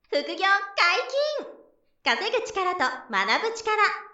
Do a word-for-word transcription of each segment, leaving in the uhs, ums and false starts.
副業解禁！稼ぐ力と学ぶ力。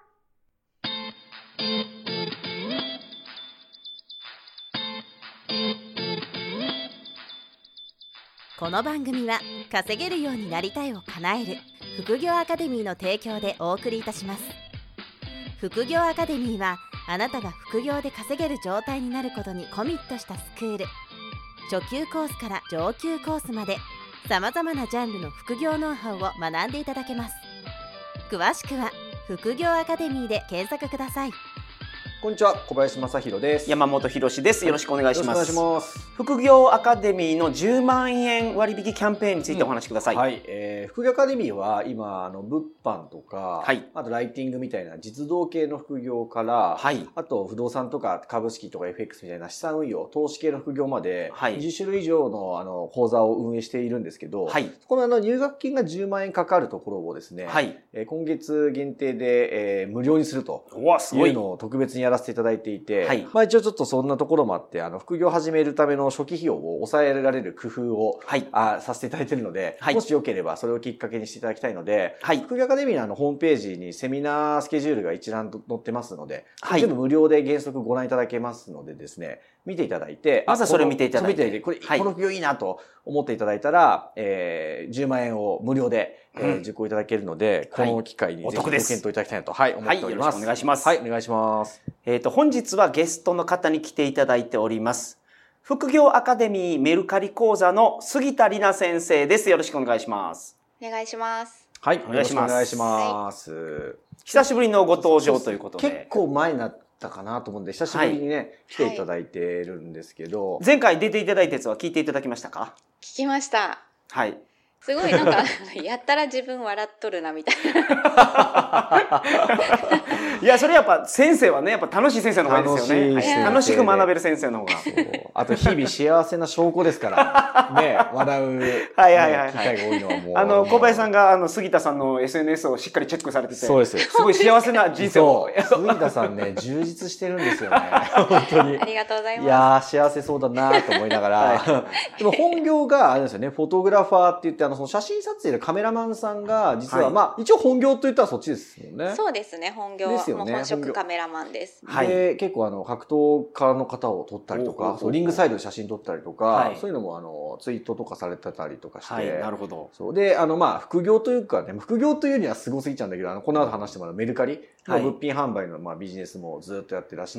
この番組は稼げるようになりたいを叶える副業アカデミーの提供でお送りいたします。副業アカデミーはあなたが副業で稼げる状態になることにコミットしたスクール。初級コースから上級コースまでさまざまなジャンルの副業ノウハウを学んでいただけます。詳しくは副業アカデミーで検索ください。 こんにちは、小林正弘です。 山本博史です。よろしくお願いします。 よろしくお願いします。 副業アカデミーのじゅうまんえん割引キャンペーンについてお話しください。 うん、はい、えー、副業アカデミーは今あの物販とか、はい、あとライティングみたいな実動系の副業から、はい、あと不動産とか株式とか エフエックス みたいな資産運用、投資系の副業まで、はい、にじゅっしゅるい以上のあの講座を運営しているんですけど、はい、このあの入学金がじゅうまんえんかかるところをですね、はい、えー、今月限定で、えー、無料にするというのを特別にやらせていただいていて、はい、まあ一応ちょっとそんなところもあって、あの副業を始めるための初期費用を抑えられる工夫を、はい、あさせていただいているので、はい、もしよければそれをきっかけにしていただきたいので、はい、副業アカデミーのあのホームページにセミナースケジュールが一覧載ってますので、はい、全部無料で原則ご覧いただけますのでですね、見ていただいて、 まずはそれを見ていただいて、 見ていただいて、これ、はい、この副業いいなと思っていただいたら、えー、じゅうまんえんを無料で、えー、受講いただけるので、この機会にぜひご検討いただきたいなと、はい、思っております。 はい、よろしくお願いします。 はい、お願いします。 えっと、本日はゲストの方に来ていただいております。副業アカデミーメルカリ講座の杉田里奈先生です。よろしくお願いします。 お願いします。 はい、お願いします。お願いします。はい、 久しぶりのご登場ということで。 結構前になったかなと思うんで、久しぶりにね、はい、来ていただいてるんですけど、 前回出ていただいたやつは聞いていただきましたか？ 聞きました。 はい。 すごいなんかやったら自分笑っとるなみたいな。いや、それやっぱ先生はね、やっぱ楽しい先生の方がいいですよね。楽しい、楽しく学べる先生の方が。 あと日々幸せな証拠ですからね、笑う、ね、はいはいはい、機会が多いのはもう。 あの小林さんがあの杉田さんの エスエヌエス をしっかりチェックされてて、 そうです。 すごい幸せな人生を。 杉田さんね、充実してるんですよね。本当に。 ありがとうございます。 いやー幸せそうだなと思いながら、はい、でも本業があれですよね、フォトグラファーって言ってあのその写真撮影のカメラマンさんが実は、はい、まあ一応本業と言ったらそっちですもんね。 そうですね、本業はもう本職カメラマンです。 はい、で結構あの格闘家の方を撮ったりとか、そうリングサイドで写真撮ったりとか、はい、そういうのもあのツイートとかされてたりとかして、はい、 なるほど。 そうであのまあ副業というかね、副業というにはすごすぎちゃうんだけど、あのこの後話してもらうメルカリの物品販売のまあビジネスもずっとやってらして、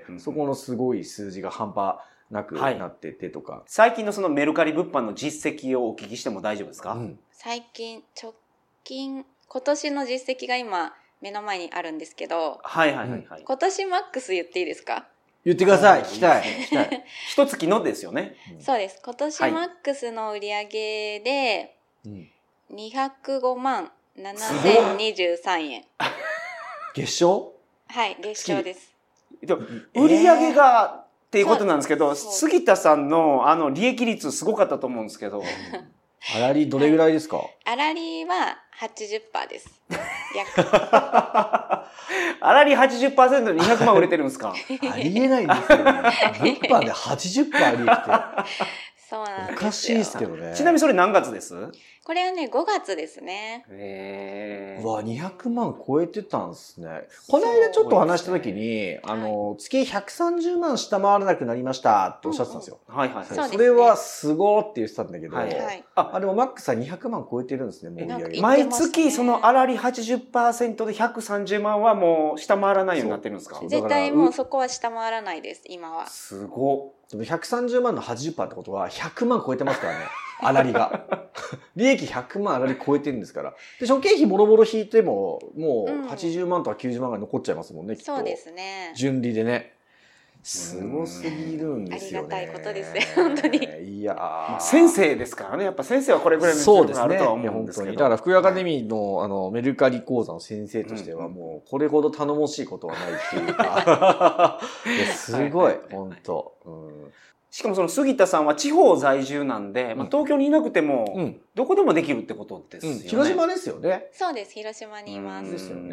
そこのすごい数字が半端なくなっててとか、はい、 最近のそのメルカリ物販の実績をお聞きしても大丈夫ですか？うん、 最近直近今年の実績が今目の前にあるんですけど、 はいはいはい、はい、 今年マックス言っていいですか？ 言ってください。聞きたい。聞きたい。 一月のですよね。 そうです。今年マックスの売り上げでにひゃくごまんななせんにじゅうさんえん。 月賞？ はい、月賞です。 売り上げが、えーっていうことなんですけど、杉田さんのあの利益率すごかったと思うんですけど。 粗利どれぐらいですか？ 粗利は はちじゅっパーセント です。約。 粗利 はちじゅっパーセント でにひゃくまん売れてるんですか？ ありえないんですよね。物販で はちじゅっパーセント 利益って。 そうなんですよ。 おかしいですけどね。 ちなみにそれ何月です？ これはね、ごがつですね。 へー。 うわ、にひゃくまん超えてたんですね。この間ちょっと話した時に、ね、あの、はい、月ひゃくさんじゅうまん下回らなくなりましたっておっしゃってたんですよ。 うんうん、はいはいはい。 そ, それはすごーって言ってたんだけど、はいはい、 あ、でもマックスはにひゃくまん超えてるんですね、もう売り上げ。 毎月その粗利 はちじゅっパーセント でひゃくさんじゅうまんはもう下回らないようになってるんですか？ 絶対もうそこは下回らないです、今は。 すごっ。 でもひゃくさんじゅうまんの はちじゅっパーセント ってことはひゃくまん超えてますからね。粗利が。利益ひゃくまん粗利超えてるんですから。で、諸経費もろもろ引いても、もうはちじゅうまんとかきゅうじゅうまんが残っちゃいますもんね、きっと。 そうですね。 純利でね。すごすぎるんですよね。 ありがたいことですね、本当に。 いやー、 先生ですからね。やっぱ先生はこれぐらいの実力があるとは思うんですけど。 だから、副業アカデミーの、あの、メルカリ講座の先生としては、もう、これほど頼もしいことはないっていうか。いやすごい、本当。うん、 しかもその杉田さんは地方在住なんで、まあ、東京にいなくても、うん、どこでもできるってことですよね。うん、 広島ですよね。 そうです、広島にいます。 ですよね。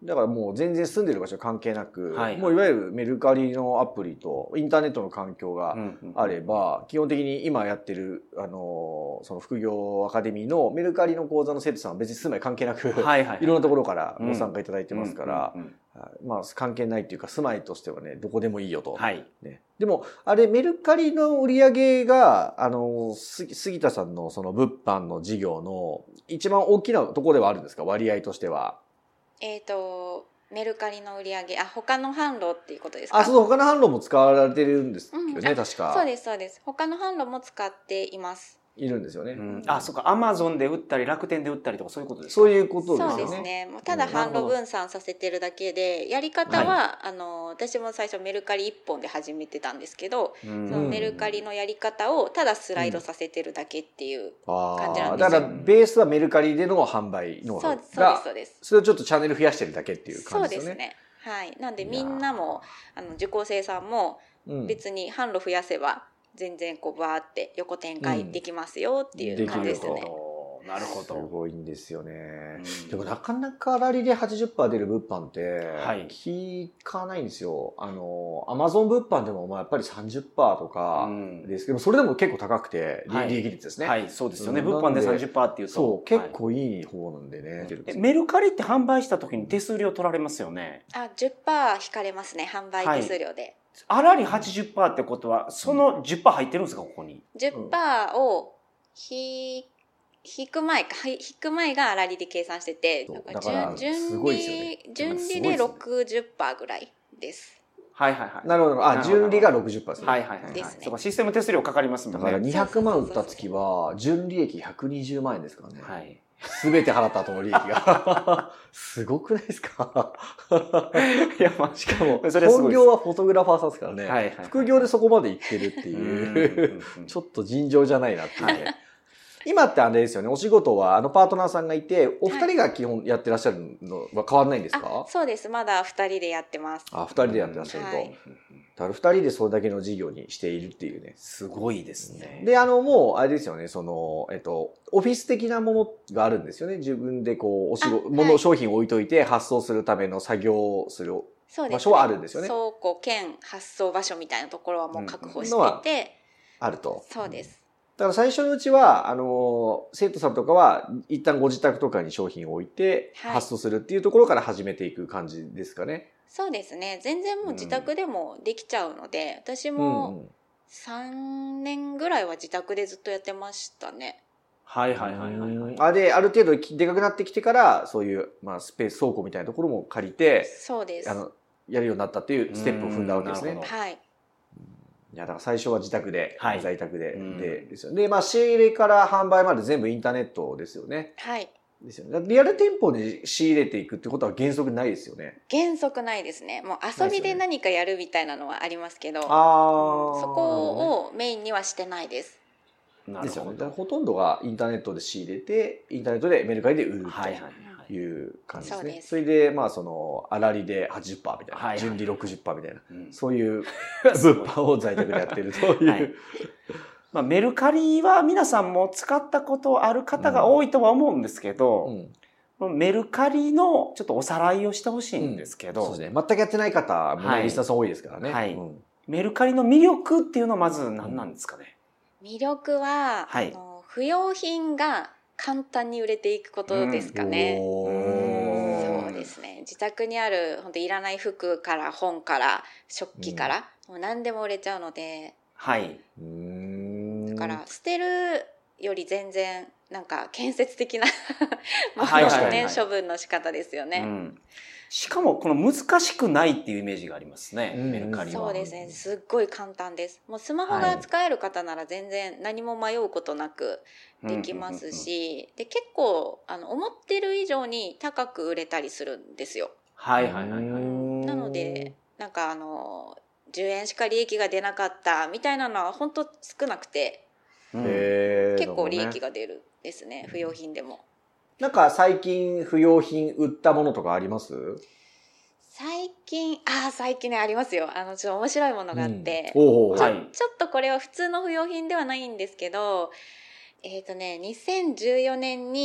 だからもう全然住んでる場所関係なく、はいはい、もういわゆるメルカリのアプリとインターネットの環境があれば、うんうん、基本的に今やってる、あの、その副業アカデミーのメルカリの講座の生徒さんは別に住まい関係なく、はいはいはい、いろんなところからご参加いただいてますから、まあ関係ないっていうか住まいとしてはね、どこでもいいよと。はい、ね、でも、あれメルカリの売り上げが、あの、杉田さんのその物販の事業の一番大きなところではあるんですか、割合としては。 えっと、メルカリの売り上げ、あ、他の販路っていうことですか？ あ、そう、他の販路も使われてるんですよね、うん、確か。 そうです、そうです。他の販路も使っています。 いるんですよね。 うん、あ、そうか、アマゾンで売ったり、楽天で売ったりとかそういうことですか？ そういうことですね。 そうですね。もうただ販路分散させてるだけで、やり方は、はい、あの、私も最初メルカリ一本で始めてたんですけど、うん、そのメルカリのやり方をただスライドさせてるだけっていう感じなんですよ。 だからベースはメルカリでの販売のが、そうです、そうです。それをちょっとチャンネル増やしてるだけっていう感じですよね。そうですね。 はい。なんでみんなも、あの、受講生さんも、別に販路増やせば、全然こうバーって横展開できますよっていう感じですね。 うん、なるほど。 すごいんですよね。うん、でもなかなかラリで はちじゅっパーセント 出る物販って聞かないんですよ。はい、あの、アマゾン物販でもまあやっぱり さんじゅっパーセント とかですけど、うん、それでも結構高くて、利益率ですね。 はい、はい、そうですよね。物販で さんじゅっパーセント っていうと。 そう、結構いい方なんでね。 はい、メルカリって販売した時に手数料取られますよね。 あ、じゅっパーセント 引かれますね、販売手数料で。はい、 あらり はちじゅっパーセント ってことは、その じゅっパーセント 入ってるんですか、ここに。 じゅっパーセント を引、引く前か、引く前があらりで計算してて、 だから順利、順利で ろくじゅっパーセント ぐらいです。 はいはいはい。 なるほど。あ、順利が ろくじゅっパーセントですね。はいはいはい。ですね。そうか、システム手数料かかりますもんね。 だからにひゃくまん売った月は、純利益ひゃくにじゅうまんえんですからね。はい。すべて払った後の利益が。すごくないですか？いや、まあ、しかも、本業はフォトグラファーさんですからね。はいはいはい、副業でそこまで行ってるっていう、ちょっと尋常じゃないなっていうね。今ってあれですよね、お仕事はあのパートナーさんがいて、お二人が基本やってらっしゃるのは変わらないんですか？ はい、そうです。まだ二人でやってます。 あ、二人でやってらっしゃると。はい、だから二人でそれだけの事業にしているっていうね。 すごいですね。 で、あの、もう、あれですよね、その、えっと、オフィス的なものがあるんですよね。自分でこう、お仕事、もの、商品を置いといて発送するための作業をする場所はあるんですよね。 倉庫兼発送場所みたいなところはもう確保してて。 あると。 そうです。 だから最初のうちは、あの、生徒さんとかは、一旦ご自宅とかに商品を置いて、発送するっていうところから始めていく感じですかね。はい、 そうですね。全然もう自宅でもできちゃうので、うん、私もさんねんぐらいは自宅でずっとやってましたね。 はいはいはいはい、はい。 あ、で、ある程度でかくなってきてから、そういう、まあ、スペース倉庫みたいなところも借りて、 そうです。 あの、やるようになったっていうステップを踏んだわけですね。 はい。 いや、だから最初は自宅で、はい、在宅で、 うん、 で、ですよね。で、まあ、仕入れから販売まで全部インターネットですよね。 はい。 ですよね。リアル店舗で仕入れていくってことは原則ないですよね。 原則ないですね。もう遊びで何かやるみたいなのはありますけど、 あそこをメインにはしてないです。 ですよね。だからほとんどがインターネットで仕入れて、インターネットでメルカリで売ると。はいはい。いう感じですね。そうです。それで、まあ、その、粗利で はちじゅっパーセント みたいな、はい、純利 ろくじゅっパーセント みたいな、うん、そういう物販を在宅でやってるという。はい、 まあ、メルカリは皆さんも使ったことある方が多いとは思うんですけど、うんうん、メルカリのちょっとおさらいをしてほしいんですけど、 うん、そうですね。全くやってない方も、ね、リスナーさん多いですからね。 はい。うん、メルカリの魅力っていうのはまず何なんですかね。 魅力は、はい、あの不要品が簡単に売れていくことですかね。うん、そうですね。自宅にある本当いらない服から本から食器から、うん、もう何でも売れちゃうので。 はい。 だから捨てるより全然なんか建設的なもののね、処分の仕方ですよね。うん、 しかもこの難しくないっていうイメージがありますね、うん、メルカリは。 そうですね。すっごい簡単です。もうスマホが使える方なら全然何も迷うことなくできますし、で結構あの思ってる以上に高く売れたりするんですよ。 はいはいはいはい。 なのでなんかあのじゅうえんしか利益が出なかったみたいなのは本当少なくて、うん、結構利益が出るですね、不要品でも。 なんか最近不要品売ったものとかあります？ 最近、ああ、最近ね、ありますよ。あの、ちょっと面白いものがあって、うんおうおうちょ、はい、ちょっとこれは普通の不要品ではないんですけど、えっとね、にせんじゅうよねんに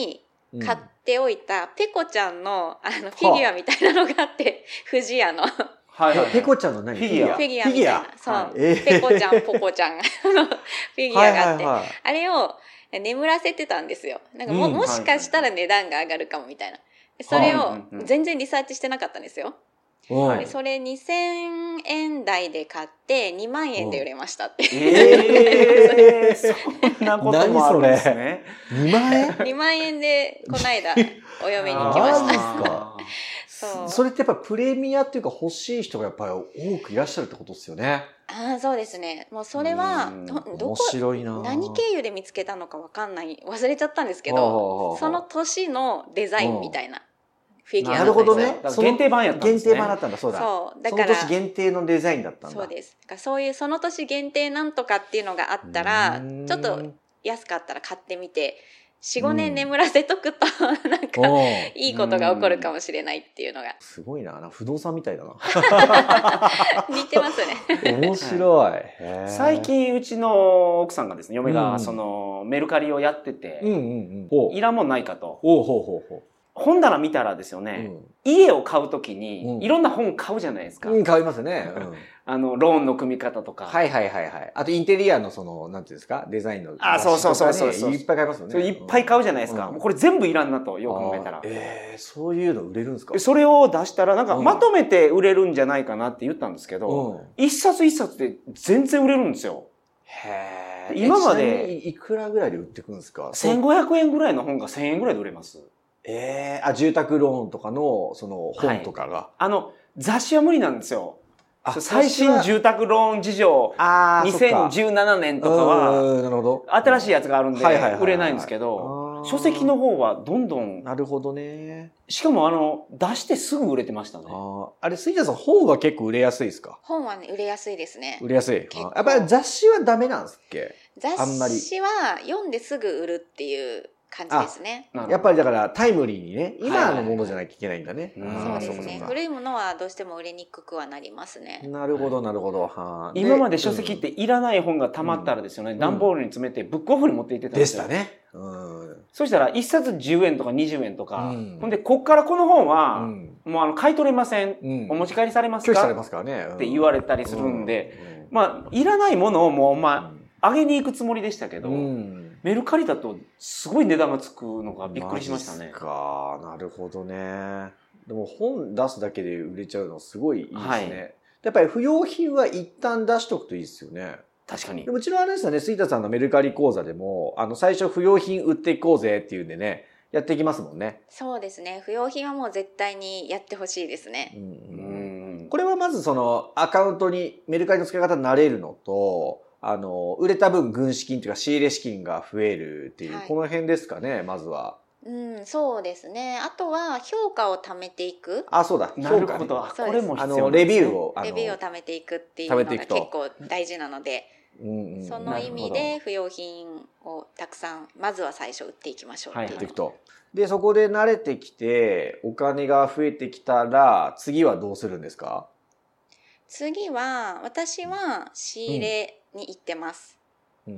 買っておいたペコちゃんのあのフィギュアみたいなのがあって、不二家の。 はいはい、ペコちゃんの何フィギュアフィギュアみたいな。そう、はいえー、ペコちゃん、ポコちゃんのフィギュアがあって、はいはいはい、あれを眠らせてたんですよ。なんか も,、うん、もしかしたら値段が上がるかもみたいな。それを全然リサーチしてなかったんですよ。でそれにせんえん台で買ってにまんえんで売れましたって。 えー、そんなこともあるんですね。 にまんえん ?に 万円でこの間お嫁に行きました。 あそう。それってやっぱプレミアっていうか欲しい人がやっぱり多くいらっしゃるってことですよね。 ああ、そうですね。もうそれはど面白いな。 何経由で見つけたのかわかんない、忘れちゃったんですけど、その年のデザインみたいな。フィギュアなるほどね。 限定版やったんですね。 限定版だったんだ、そうだ。 そう。だから。 その年限定のデザインだったんだ。 そうです。だからそういうその年限定なんとかっていうのがあったら、ちょっと安かったら買ってみて、よん、ごねん眠らせとくと、なんか、いいことが起こるかもしれないっていうのが。 すごいな。不動産みたいだな。 似てますね。 面白い。 最近、うちの奥さんがですね、嫁が、その、メルカリをやってて、いらんもんないかと。 ほうほうほうほう。 本棚見たらですよね、うん、家を買うときに、うん、いろんな本買うじゃないですか。 うん、買いますね。うん、 あの、ローンの組み方とか。 はいはいはいはい。あと、インテリアのその、なんていうんですか、デザインの、ね。 あ、そうそうそうそうそう。 いっぱい買いますよね。 いっぱい買うじゃないですか。うん、もうこれ全部いらんなと、よく考えたら。 ええー、そういうの売れるんですか？ それを出したら、なんか、まとめて売れるんじゃないかなって言ったんですけど、うん、一冊一冊で全然売れるんですよ。 へえ。 今まで。 いくらぐらいで売ってくるんですか？ せんごひゃくえんぐらいの本がせんえんぐらいで売れます。 ええー、あ、住宅ローンとかの、その、本とかが。はい、 あの、雑誌は無理なんですよ。最新住宅ローン事情、にせんじゅうななねんとかは、なるほど新しいやつがあるんで、売れないんですけど、書籍の方はどんどん。 なるほどね。 しかも、あの、出してすぐ売れてましたね。 あ, あれ、杉田さん、本は結構売れやすいですか？ 本はね、売れやすいですね。 売れやすい。やっぱり雑誌はダメなんですっけ？ 雑誌は読んですぐ売るっていう感じですね。 やっぱりだからタイムリーにね、今のものじゃなきゃいけないんだね。 そうですね。古いものはどうしても売れにくくはなりますね。 なるほど、なるほど。は今まで書籍っていらない本が溜まったらですよね、段ボールに詰めてブックオフに持って行ってたんですよ。 でしたね。うん、 そしたら一冊じゅうえんとかにじゅうえんとか、うん、ほんで、こっからこの本は、うん、もうあの、買い取れません。うん、お持ち帰りされますか？ 拒否されますからね。 って言われたりするんで、まあ、いらないものをもう、まあ、上げに行くつもりでしたけど、メルカリだとすごい値段がつくのがびっくりしましたね。 か、なるほどね。でも本出すだけで売れちゃうのすごいいいですね。はい、やっぱり不要品は一旦出しとくといいですよね。 確かに。 でもちろんあれですよね、杉田さんのメルカリ講座でも、あの、最初不要品売っていこうぜっていうんでね、やっていきますもんね。 そうですね。不要品はもう絶対にやってほしいですね。うんうん、これはまずそのアカウントにメルカリの使い方に慣れるのと、あの、売れた分軍資金というか仕入れ資金が増えるっていう、はい、この辺ですかね、まずは。 うん、そうですね。あとは評価を貯めていく。 あ、そうだ。 なるほど。これも必要ですね。 あの、レビューを。 レビューを貯めていくっていうのが結構大事なので、うんうん、その意味で不要品をたくさん、まずは最初売っていきましょうっていう。はい、とで、そこで慣れてきて、お金が増えてきたら、次はどうするんですか？ 次は、私は仕入れに行ってます。 うん、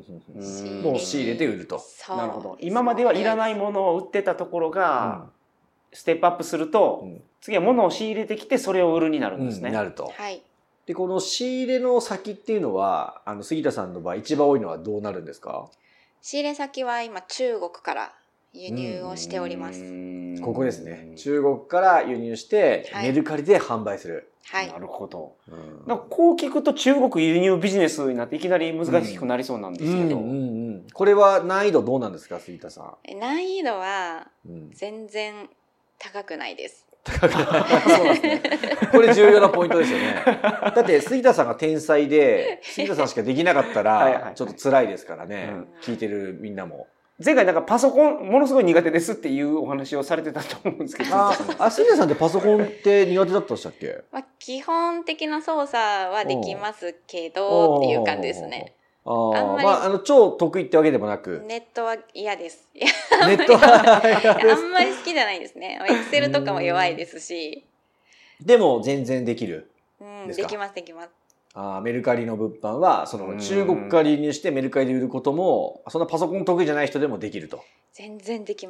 もう仕入れて売ると。 なるほど。今まではいらないものを売ってたところが、うん、ステップアップすると、うん、次は物を仕入れてきてそれを売るになるんですね。 うん、なると。 はい。 で、この仕入れの先っていうのは、あの、杉田さんの場合一番多いのはどうなるんですか？ 仕入れ先は今中国から輸入をしております。 ここですね。中国から輸入して、はい、メルカリで販売する。 はい。 なるほど。うん、なんかこう聞くと中国輸入ビジネスになっていきなり難しくなりそうなんですけど。うんうんうん、 これは難易度どうなんですか、杉田さん。難易度は全然高くないです。 高くない。そうですね。これ重要なポイントですよね。だって杉田さんが天才で、杉田さんしかできなかったら、ちょっと辛いですからね。はいはい、聞いてるみんなも。 前回なんかパソコンものすごい苦手ですっていうお話をされてたと思うんですけど。 あ、あ、杉田さんってパソコンって苦手だったんでしたっけ？ まあ、基本的な操作はできますけどっていう感じですね。 ああんまり、まあ、あの、超得意ってわけでもなく。 ネットは嫌です。 ネットはあんまり好きじゃないですね。エクセルとかも弱いですし。 でも全然できるうん、できます、できます。 あメルカリの物販は、その中国から輸入してメルカリで売ることも、そんなパソコン得意じゃない人でもできると。 全然できます。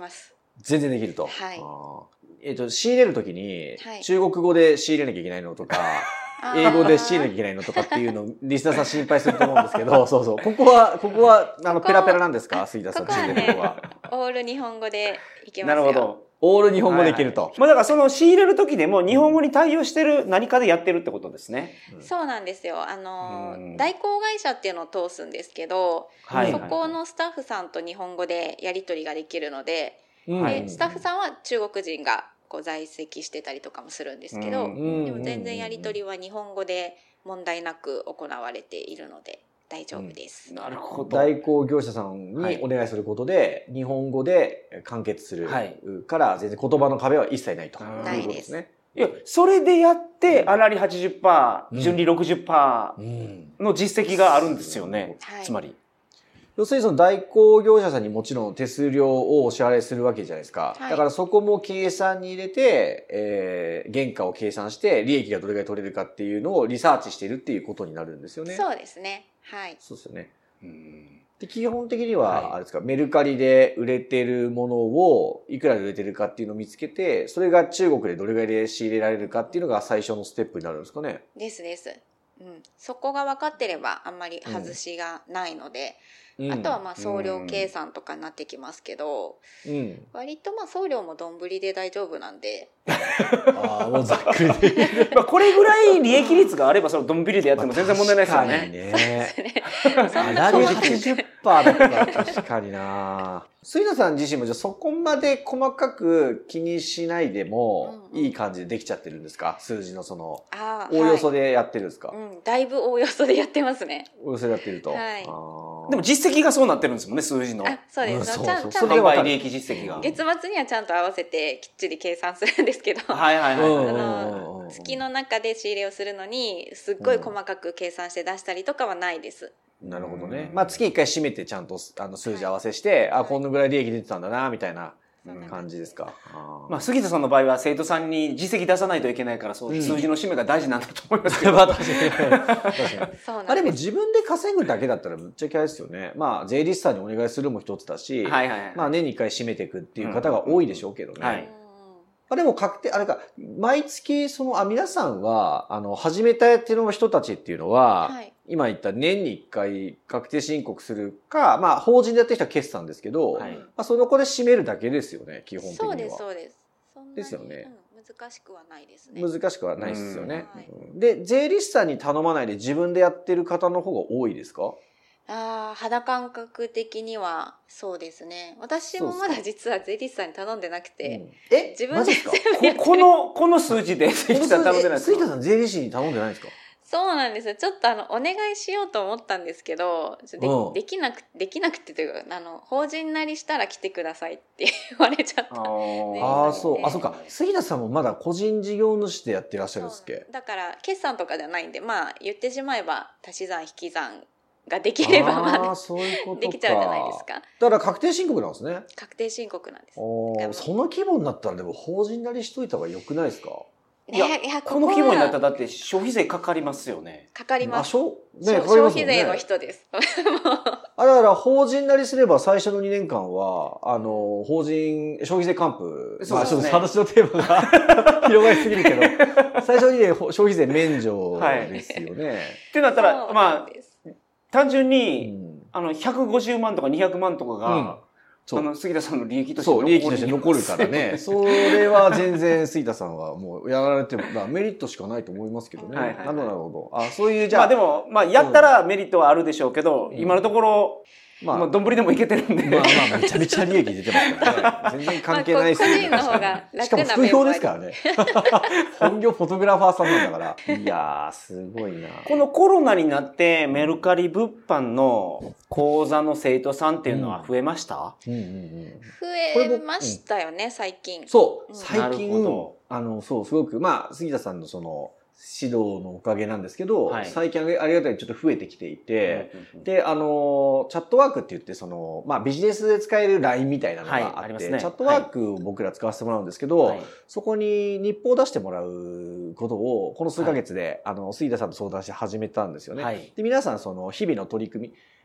全然できると。 はい。 あえっ、ー、と、仕入れるときに、中国語で仕入れなきゃいけないのとか、はい、英語で仕入れなきゃいけないのとかっていうのをリスナーさん心配すると思うんですけど、そうそう。ここは、ここは、あの、ペラペラなんですか杉田さん、 ここはね、オール日本語でいけますよ。 なるほど。 オール日本語でいけると。 はいはい、まあだからその仕入れるときでも日本語に対応してる何かでやってるってことですね。 うん、そうなんですよ。あの、代行会社っていうのを通すんですけど、はい、そこのスタッフさんと日本語でやり取りができるので、はい、でスタッフさんは中国人がこう在籍してたりとかもするんですけど、でも全然やり取りは日本語で問題なく行われているので大丈夫です。 うん、なるほど。代行業者さんにお願いすることで、はい、日本語で完結するから、全然言葉の壁は一切ないと。 ないです。ね。 いや、それでやって、粗利 はちじゅっパーセント、純利 ろくじゅっパーセント の実績があるんですよね。うんうん、つまり。 要するにその代行業者さんにもちろん手数料をお支払いするわけじゃないですか。はい、だからそこも計算に入れて、えー、原価を計算して利益がどれぐらい取れるかっていうのをリサーチしているっていうことになるんですよね。 そうですね。はい。 そうですよね。うんで基本的には、あれですか、はい、メルカリで売れてるものをいくらで売れてるかっていうのを見つけて、それが中国でどれぐらいで仕入れられるかっていうのが最初のステップになるんですかね。 ですです。うん、そこが分かってればあんまり外しがないので、うん、あとはまあ送料計算とかになってきますけど、うん、割とまあ送料もどんぶりで大丈夫なんでああもうざっくりでまあこれぐらい利益率があればそのどんぶりでやっても全然問題ないですよね。 あらり はちじゅっパーセント だったら確かにな。杉田さん自身もじゃあそこまで細かく気にしないでもいい感じでできちゃってるんですか、数字のそのおおよそでやってるんですか、 はいうん、だいぶおおよそでやってますね。 おおよそでやってると、 はい、 あでも実績がそうなってるんですもんね、数字の。 あそうです、 うん、 ちゃんと販売利益実績が月末にはちゃんと合わせてきっちり計算するんですけど、 はいはいはい、 あの月の中で仕入れをするのにすっごい細かく計算して出したりとかはないです。 うん、なるほどね。まあ月一回締めてちゃんとあの数字合わせして、はい、あこのぐらい利益出てたんだなみたいな感じですか。 あまあ杉田さんの場合は生徒さんに実績出さないといけないから、そう、うん、数字の締めが大事なんだと思いますけど。確かに。 あでも自分で稼ぐだけだったらぶっちゃけあれですよね。まあ税理士さんにお願いするも一つだし、はいはいはい、まあ年に一回締めていくっていう方が多いでしょうけどね。うんはいあでも確定、あれか、毎月、その、あ、皆さんは、あの、始めたやっての人たちっていうのは、はい、今言った年にいっかい確定申告するか、まあ、法人でやってる人は決算ですけど、はい、まあ、その子で締めるだけですよね、基本的には。 そうです、そうです。そんなにですよね、 うん。難しくはないですね。 難しくはないですよね。はい、で、税理士さんに頼まないで自分でやってる方の方が多いですか？ ああ、肌感覚的にはそうですね。私もまだ実は税理士さんに頼んでなくて、うん、 え自分で全部やってる。このこの数字で税理士さん頼んでないですか？ 杉田さん税理士に頼んでないですか？ そうなんですよ。ちょっとあのお願いしようと思ったんですけど、で、うん、できなくできなくてというかあの法人なりしたら来てくださいって言われちゃった。 ああそうあそうか。杉田さんもまだ個人事業主でやってらっしゃるんですっけ？ だから決算とかではないんで、まあ言ってしまえば足し算引き算ができればまあそういうことかできちゃうじゃないですか。 だから確定申告なんですね。 確定申告なんです。 その規模になったらでも法人なりしといた方が良くないですか？ いや、いやこの規模になったらだって消費税かかりますよね。 かかります。 あ、ね、 消費税の人です。 あだから法人なりすれば最初のにねんかんはあの法人消費税還付、まあちょっと話のテーマが広がりすぎるけど、最初にね消費税免除ですよね。はい、 ってなったらまあ単純に、うん、あのひゃくごじゅうまんとかにひゃくまんとかが。うんあの杉田さんの利益として残る。そう、利益として残るからね。それは全然杉田さんはもうやられても、メリットしかないと思いますけどね。はいはいはい、なるほど。あ、そういうじゃあ。 まあでも、まあやったらメリットはあるでしょうけど、うん、今のところ、まあ、どんぶりでもいけてるんで。 まあまあ、めちゃめちゃ利益出てますからね。全然関係ないですね。まあ、個人の方が楽な。 しかも副業ですからね。本業フォトグラファーさんなんだから。いやー、すごいな。 このコロナになってメルカリ物販の講座の生徒さんっていうのは増えました？ うんうんうん、増えましたよね、最近。 そう、最近、あの、そう、すごく、まあ、杉田さんのその、指導のおかげなんですけど、はい、最近ありがたいにちょっと増えてきていて、うんうんうん、で、あの、チャットワークって言って、その、まあビジネスで使える ライン みたいなのがあって、はいありますね、チャットワークを僕ら使わせてもらうんですけど、はい、そこに日報を出してもらうことを、この数ヶ月で、はい、あの、杉田さんと相談して始めたんですよね。はい、で、皆さんその、日々の取り組み、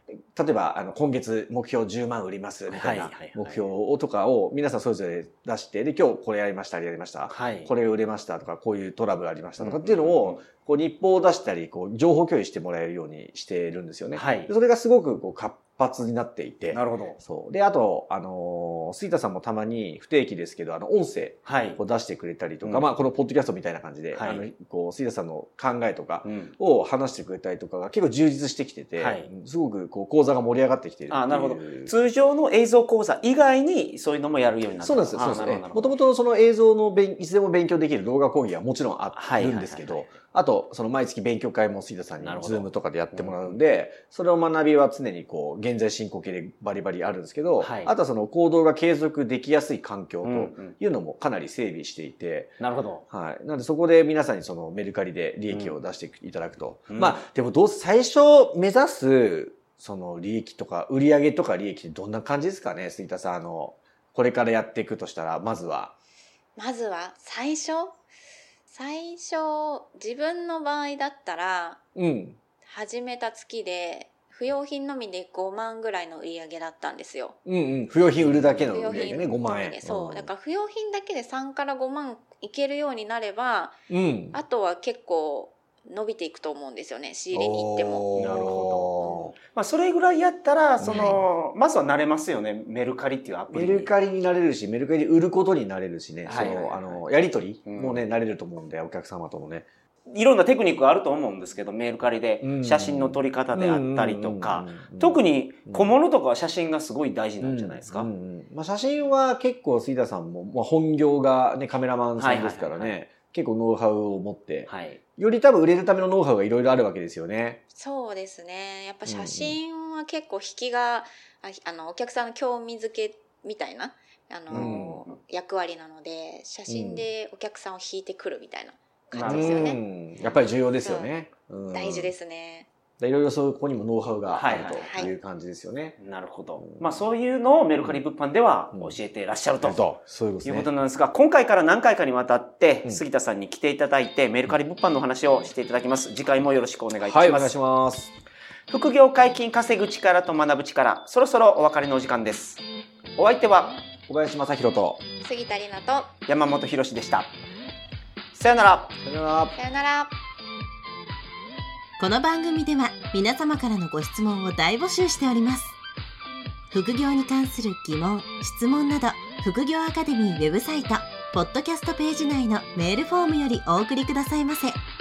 例えば、あの、今月目標じゅうまん売ります、みたいな目標とかを皆さんそれぞれ出して、で、今日これやりました、やりました。はい、これ売れましたとか、こういうトラブルありましたとかっていうのを、こう、日報を出したり、こう、情報共有してもらえるようにしてるんですよね。はい。それがすごく、こう、活発になっていて。 なるほど。 そう。で、あと、あの、杉田さんもたまに不定期ですけど、あの、音声を出してくれたりとか、はい、まあ、このポッドキャストみたいな感じで、はい、あの、こう、杉田さんの考えとかを話してくれたりとかが結構充実してきてて、はい、すごく、こう、講座が盛り上がってきている。 あ、なるほど。通常の映像講座以外にそういうのもやるようになった。 そうなんです。そうですね。もともとその映像の勉、いつでも勉強できる動画講義はもちろんあるんですけど、あと、その毎月勉強会も杉田さんにズームとかでやってもらうんで、それを学びは常にこう、現在進行形でバリバリあるんですけど、はい、あとはその行動が継続できやすい環境というのもかなり整備していて、 なるほど。 はい。なのでそこで皆さんにそのメルカリで利益を出していただくと。うん、まあ、でもどう、最初目指す、その利益とか、売上とか利益ってどんな感じですかね、杉田さん。あの、これからやっていくとしたら、まずは。 まずは、最初最初、自分の場合だったら、うん。始めた月で、不用品のみでごまんぐらいの売り上げだったんですよ。 うんうん。不用品売るだけの売り上げね、ごまんえん。 そう。だから不用品だけでさんからごまんいけるようになれば、うん。あとは結構伸びていくと思うんですよね。仕入れに行っても。 なるほど。うん、まあそれぐらいやったら、その、うん、まずは慣れますよね。メルカリっていうアプリ。 メルカリになれるし、メルカリで売ることになれるしね。はいはいはい、その、あの、やりとりもね、なれると思うんで、お客様ともね。 いろんなテクニックがあると思うんですけど、メルカリで写真の撮り方であったりとか、特に小物とかは写真がすごい大事なんじゃないですか。うんうんうん、 まあ、写真は結構杉田さんも、まあ、本業がね、カメラマンさんですからね、はいはいはいはい、結構ノウハウを持って、はい、より多分売れるためのノウハウがいろいろあるわけですよね。 そうですね。やっぱ写真は結構引きが、ああの、お客さんの興味づけみたいな、あの、うん、役割なので、写真でお客さんを引いてくるみたいな。感じですよね、うん、 やっぱり重要ですよね。 うん、大事ですね。 いろいろそこにもノウハウがあるという感じですよね。はいはいはい、なるほど。まあそういうのをメルカリ物販では教えていらっしゃると、うん、そういうことなんですが、今回から何回かにわたって杉田さんに来ていただいて、メルカリ物販の話をしていただきます。次回もよろしくお願いいたします。はい、お願いします。 副業解禁稼ぐ力と学ぶ力、そろそろお別れのお時間です。お相手は小林正弘と杉田里奈と山本博史でした。さよなら。 さよなら。 さよなら。 この番組では皆様からのご質問を大募集しております。副業に関する疑問、質問など、副業アカデミーウェブサイト、ポッドキャストページ内のメールフォームよりお送りくださいませ。